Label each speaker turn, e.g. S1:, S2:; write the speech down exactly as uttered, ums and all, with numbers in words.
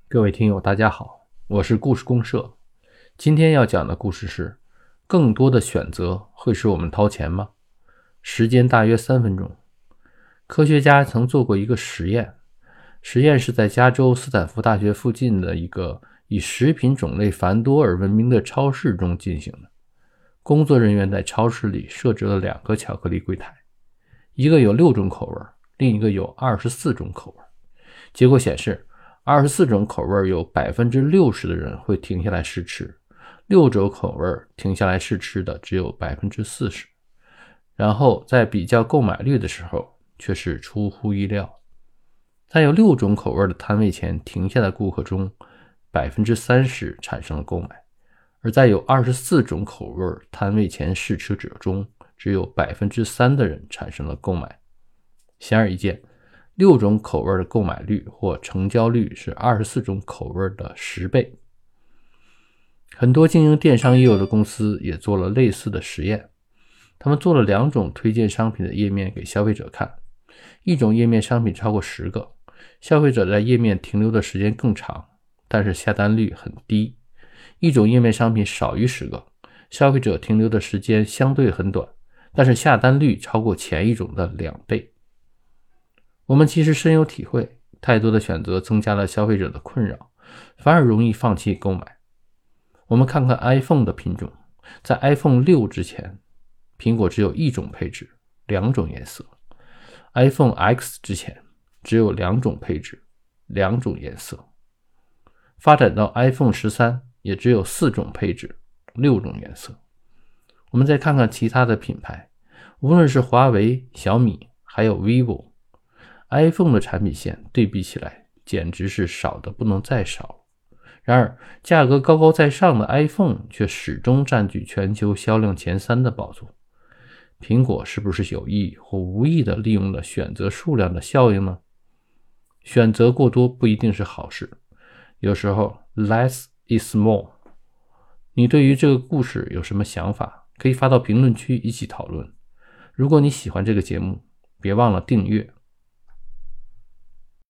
S1: 各位听友大家好，我是故事公社。今天要讲的故事是更多的选择会使我们掏钱吗？时间大约三分钟。科学家曾做过一个实验，实验是在加州斯坦福大学附近的一个以食品种类繁多而闻名的超市中进行的。工作人员在超市里设置了两个巧克力柜台，一个有六种口味，另一个有二十四种口味。结果显示二十四种口味有 百分之六十 的人会停下来试吃，六种口味停下来试吃的只有 百分之四十。 然后在比较购买率的时候却是出乎意料，在有六种口味的摊位前停下的顾客中 百分之三十 产生了购买，而在有二十四种口味摊位前试吃者中只有 百分之三 的人产生了购买。显而易见，六种口味的购买率或成交率是二十四种口味的十倍。很多经营电商业务的公司也做了类似的实验，他们做了两种推荐商品的页面给消费者看，一种页面商品超过十个，消费者在页面停留的时间更长，但是下单率很低；一种页面商品少于十个，消费者停留的时间相对很短，但是下单率超过前一种的两倍。我们其实深有体会，太多的选择增加了消费者的困扰，反而容易放弃购买。我们看看 iPhone 的品种，在 iPhone 六之前，苹果只有一种配置，两种颜色； iPhone X 之前只有两种配置，两种颜色；发展到 iPhone 十三也只有四种配置，六种颜色。我们再看看其他的品牌，无论是华为、小米还有 vivo， iPhone 的产品线对比起来简直是少的不能再少。然而价格高高在上的 iPhone 却始终占据全球销量前三的宝座。苹果是不是有意或无意地利用了选择数量的效应呢？选择过多不一定是好事，有时候 less is more。 你对于这个故事有什么想法？可以发到评论区一起讨论。如果你喜欢这个节目，别忘了订阅